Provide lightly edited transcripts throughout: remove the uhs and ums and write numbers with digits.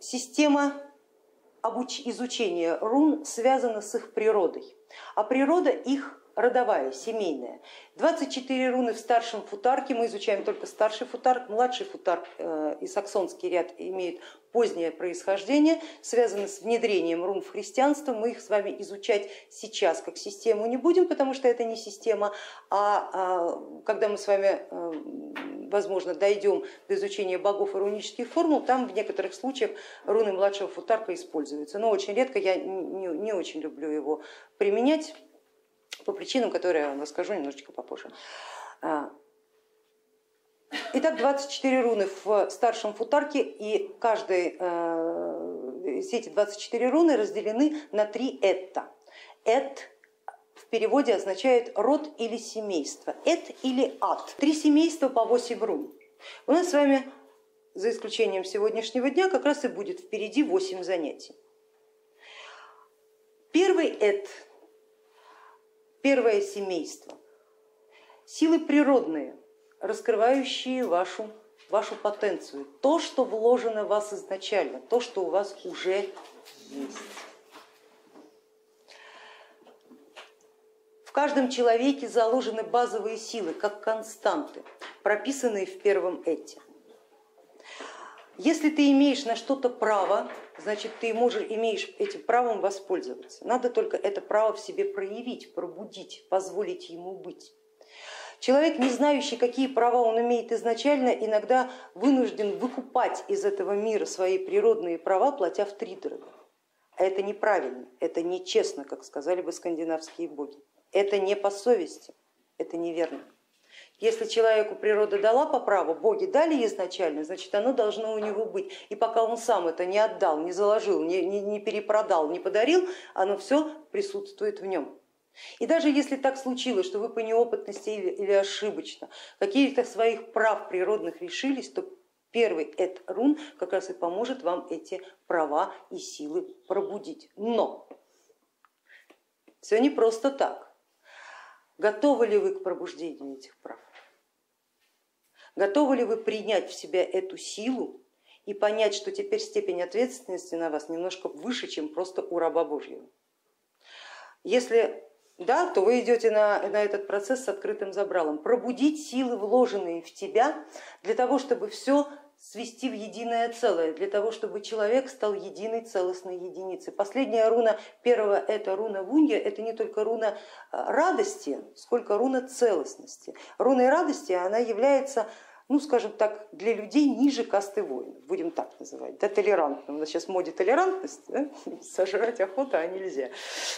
Система изучения рун связана с их природой, а природа их родовая, семейная. 24 руны в старшем футарке, мы изучаем только старший футарк, младший футарк и саксонский ряд имеют позднее происхождение, связано с внедрением рун в христианство. Мы их с вами изучать сейчас как систему не будем, потому что это не система, а когда мы с вами, возможно, дойдем до изучения богов и рунических формул, там в некоторых случаях руны младшего футарка используются, но очень редко, я не очень люблю его применять по причинам, которые я вам расскажу немножечко попозже. Итак, 24 руны в старшем футарке, и все эти 24 руны разделены на 3 этта. Эт в переводе означает род или семейство, эт или ад. 3 семейства по 8 рун. У нас с вами, за исключением сегодняшнего дня, как раз и будет впереди 8 занятий. Первый эт, первое семейство, силы природные, раскрывающие вашу потенцию, то, что вложено в вас изначально, то, что у вас уже есть. В каждом человеке заложены базовые силы, как константы, прописанные в первом эте. Если ты имеешь на что-то право, значит ты имеешь этим правом воспользоваться. Надо только это право в себе проявить, пробудить, позволить ему быть. Человек, не знающий, какие права он имеет изначально, иногда вынужден выкупать из этого мира свои природные права, платя втридорога. А это неправильно, это нечестно, как сказали бы скандинавские боги. Это не по совести, это неверно. Если человеку природа дала по праву, боги дали изначально, значит оно должно у него быть. И пока он сам это не отдал, не заложил, не перепродал, не подарил, оно все присутствует в нем. И даже если так случилось, что вы по неопытности или ошибочно каких-то своих прав природных лишились, то первый эт рун как раз и поможет вам эти права и силы пробудить. Но все не просто так. Готовы ли вы к пробуждению этих прав? Готовы ли вы принять в себя эту силу и понять, что теперь степень ответственности на вас немножко выше, чем просто у раба Божьего? Если да, то вы идете на этот процесс с открытым забралом. Пробудить силы, вложенные в тебя, для того, чтобы все свести в единое целое, для того, чтобы человек стал единой целостной единицей. Последняя руна первого это руна Вунья, это не только руна радости, сколько руна целостности. Руной радости она является, ну скажем так, для людей ниже касты воинов, будем так называть, да, толерантным. У нас сейчас в моде толерантность, да? Сожрать охота, а нельзя.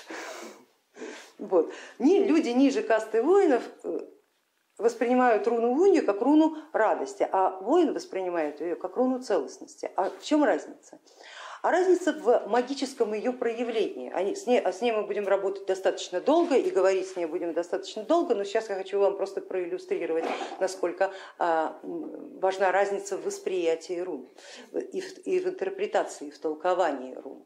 Вот. Люди ниже касты воинов воспринимают руну Вунью как руну радости, а воин воспринимает ее как руну целостности. А в чем разница? А разница в магическом ее проявлении. С ней мы будем работать достаточно долго и говорить с ней будем достаточно долго, но сейчас я хочу вам просто проиллюстрировать, насколько важна разница в восприятии рун и в интерпретации, и в толковании рун.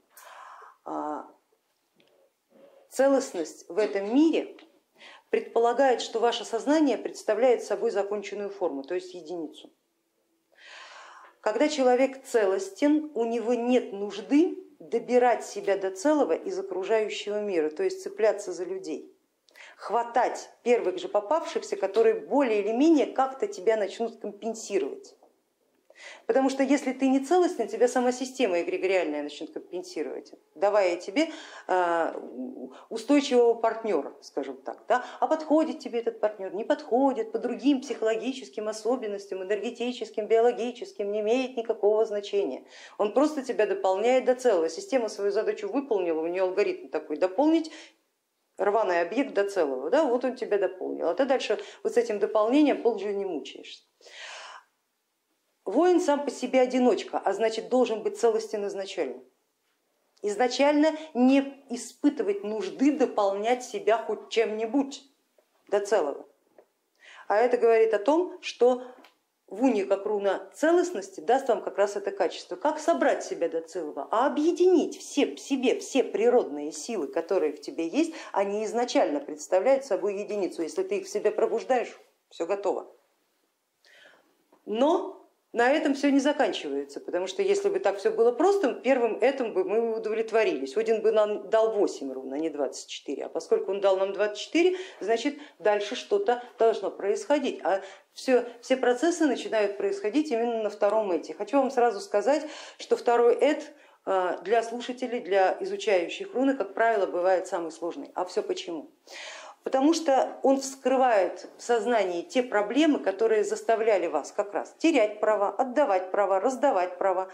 Целостность в этом мире предполагает, что ваше сознание представляет собой законченную форму, то есть единицу. Когда человек целостен, у него нет нужды добирать себя до целого из окружающего мира, то есть цепляться за людей, хватать первых же попавшихся, которые более или менее как-то тебя начнут компенсировать. Потому что если ты не целостный, тебя сама система эгрегориальная начнет компенсировать, давая тебе устойчивого партнера, скажем так. Да? А подходит тебе этот партнер, не подходит, по другим психологическим особенностям, энергетическим, биологическим, не имеет никакого значения. Он просто тебя дополняет до целого. Система свою задачу выполнила, у нее алгоритм такой: дополнить рваный объект до целого. Да? Вот он тебя дополнил, а ты дальше вот с этим дополнением полжизни мучаешься. Воин сам по себе одиночка, а значит должен быть целостен изначально. Изначально не испытывать нужды дополнять себя хоть чем-нибудь до целого. А это говорит о том, что Вунья как руна целостности даст вам как раз это качество. Как собрать себя до целого? А объединить в себе все природные силы, которые в тебе есть, они изначально представляют собой единицу. Если ты их в себе пробуждаешь, все готово. Но на этом все не заканчивается, потому что если бы так все было просто, первым этим бы мы удовлетворились. Один бы нам дал 8 рун, а не 24, а поскольку он дал нам 24, значит дальше что-то должно происходить. А все процессы начинают происходить именно на втором эте. Хочу вам сразу сказать, что второй эт для слушателей, для изучающих руны, как правило, бывает самый сложный. А все почему? Потому что он вскрывает в сознании те проблемы, которые заставляли вас как раз терять права, отдавать права, раздавать права,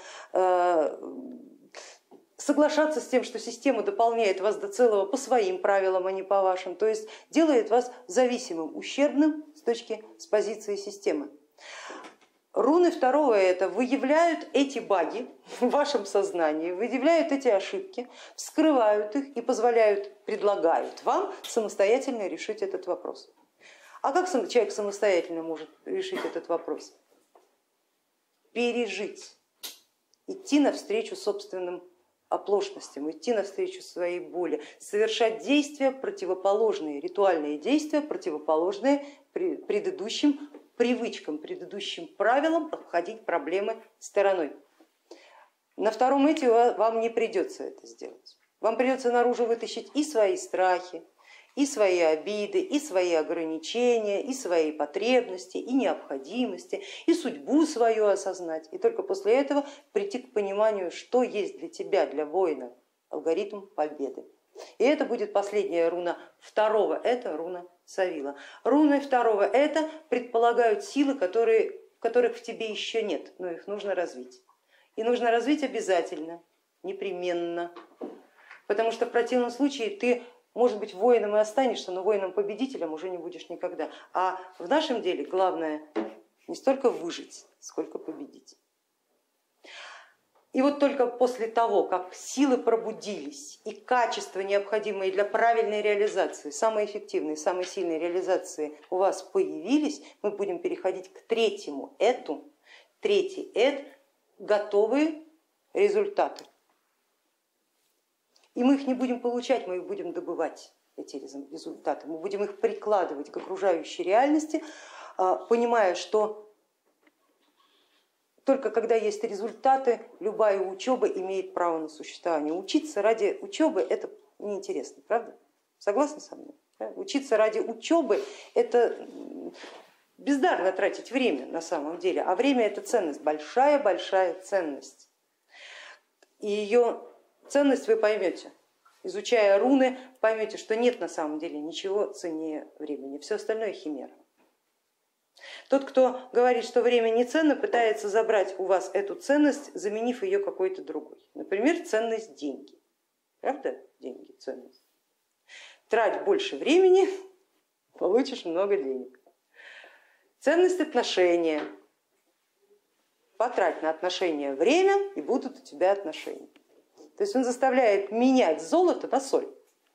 соглашаться с тем, что система дополняет вас до целого по своим правилам, а не по вашим, то есть делает вас зависимым, ущербным с позиции системы. Руны второго эта выявляют эти баги в вашем сознании, выявляют эти ошибки, вскрывают их и предлагают вам самостоятельно решить этот вопрос. А как человек самостоятельно может решить этот вопрос? Пережить, идти навстречу собственным оплошностям, идти навстречу своей боли, совершать действия противоположные, ритуальные действия, противоположные предыдущим привычкам, предыдущим правилам обходить проблемы стороной. На втором эте вам не придется это сделать. Вам придется наружу вытащить и свои страхи, и свои обиды, и свои ограничения, и свои потребности, и необходимости, и судьбу свою осознать. И только после этого прийти к пониманию, что есть для тебя, для воина, алгоритм победы. И это будет последняя руна второго эта, руна Савила. Руны второго эта предполагают силы, которых в тебе еще нет, но их нужно развить. И нужно развить обязательно, непременно, потому что в противном случае ты, может быть, воином и останешься, но воином-победителем уже не будешь никогда. А в нашем деле главное не столько выжить, сколько победить. И вот только после того, как силы пробудились и качества, необходимые для правильной реализации, самой эффективной, самой сильной реализации у вас появились, мы будем переходить к третьему эту. Третий эт – готовые результаты. И мы их не будем получать, мы их будем добывать, эти результаты. Мы будем их прикладывать к окружающей реальности, понимая, что только когда есть результаты, любая учеба имеет право на существование. Учиться ради учебы это неинтересно, правда? Согласны со мной? Учиться ради учебы это бездарно тратить время на самом деле, а время это ценность, большая-большая ценность. И ее ценность вы поймете. Изучая руны, поймете, что нет на самом деле ничего ценнее времени, все остальное химера. Тот, кто говорит, что время не ценно, пытается забрать у вас эту ценность, заменив ее какой-то другой. Например, ценность деньги. Правда? Деньги, ценность. Трать больше времени, получишь много денег. Ценность отношения. Потрать на отношения время, и будут у тебя отношения. То есть он заставляет менять золото на соль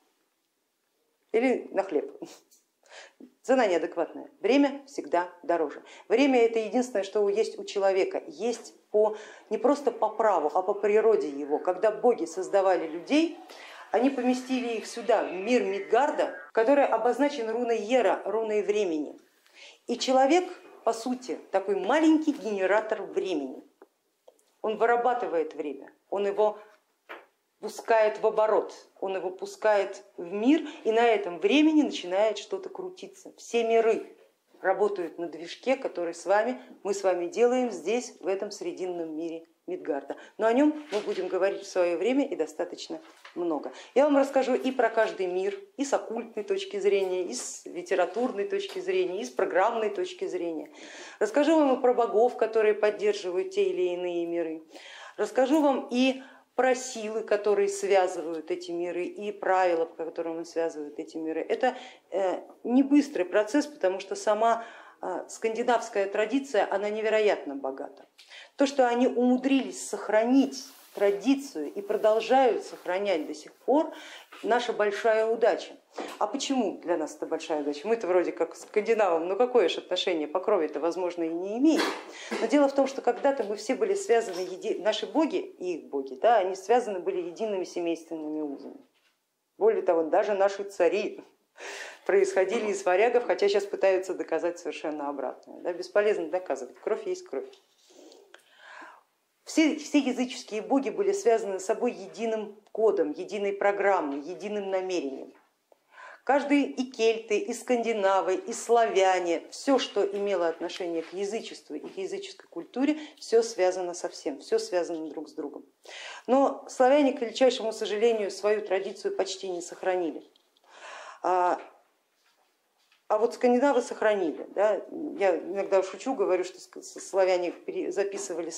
или на хлеб. Цена неадекватная. Время всегда дороже. Время это единственное, что есть у человека. Есть не просто по праву, а по природе его. Когда боги создавали людей, они поместили их сюда, в мир Мидгарда, который обозначен руной Ера, руной времени. И человек, по сути, такой маленький генератор времени. Он вырабатывает время, он его пускает в оборот, он его пускает в мир, и на этом времени начинает что-то крутиться. Все миры работают на движке, который мы с вами делаем здесь, в этом срединном мире Мидгарда. Но о нем мы будем говорить в свое время и достаточно много. Я вам расскажу и про каждый мир, и с оккультной точки зрения, и с литературной точки зрения, и с программной точки зрения. Расскажу вам и про богов, которые поддерживают те или иные миры. Расскажу вам и про силы, которые связывают эти миры, и правила, по которым связывают эти миры. Это не быстрый процесс, потому что сама скандинавская традиция, она невероятно богата. То, что они умудрились сохранить традицию и продолжают сохранять до сих пор, наша большая удача. А почему для нас это большая удача? Мы-то вроде как скандинавам, но какое же отношение по крови-то, возможно, и не имеем. Но дело в том, что когда-то мы все были связаны, наши боги и их боги, да, они связаны были едиными семейственными узами. Более того, даже наши цари происходили из варягов, хотя сейчас пытаются доказать совершенно обратное. Да, бесполезно доказывать, кровь есть кровь. Все языческие боги были связаны с собой единым кодом, единой программой, единым намерением. Каждый и кельты, и скандинавы, и славяне, все, что имело отношение к язычеству и к языческой культуре, все связано со всем, все связано друг с другом. Но славяне, к величайшему сожалению, свою традицию почти не сохранили. А вот скандинавы сохранили. Да? Я иногда шучу, говорю, что славяне записывали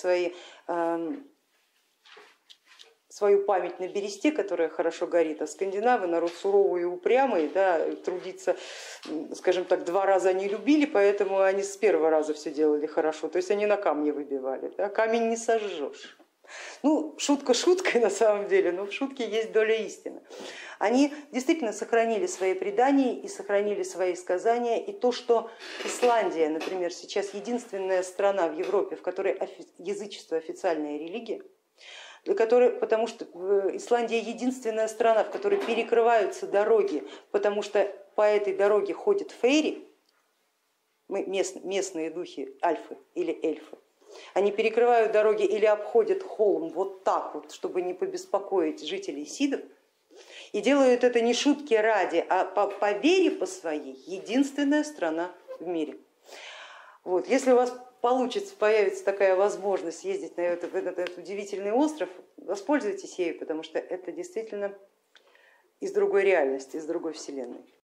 свою память на бересте, которая хорошо горит, а скандинавы народ суровый и упрямый, да, трудиться, скажем так, 2 раза не любили, поэтому они с 1-го раза все делали хорошо, то есть они на камне выбивали, да? Камень не сожжешь. Ну, шутка шуткой на самом деле, но в шутке есть доля истины. Они действительно сохранили свои предания и сохранили свои сказания, и то, что Исландия, например, сейчас единственная страна в Европе, в которой язычество официальная религия, потому что Исландия единственная страна, в которой перекрываются дороги, потому что по этой дороге ходят фейри, местные духи, альфы или эльфы. Они перекрывают дороги или обходят холм вот так вот, чтобы не побеспокоить жителей Сидов, и делают это не шутки ради, а по вере по своей единственная страна в мире. Вот. Если у вас получится, появится такая возможность ездить на этот удивительный остров, воспользуйтесь ею, потому что это действительно из другой реальности, из другой вселенной.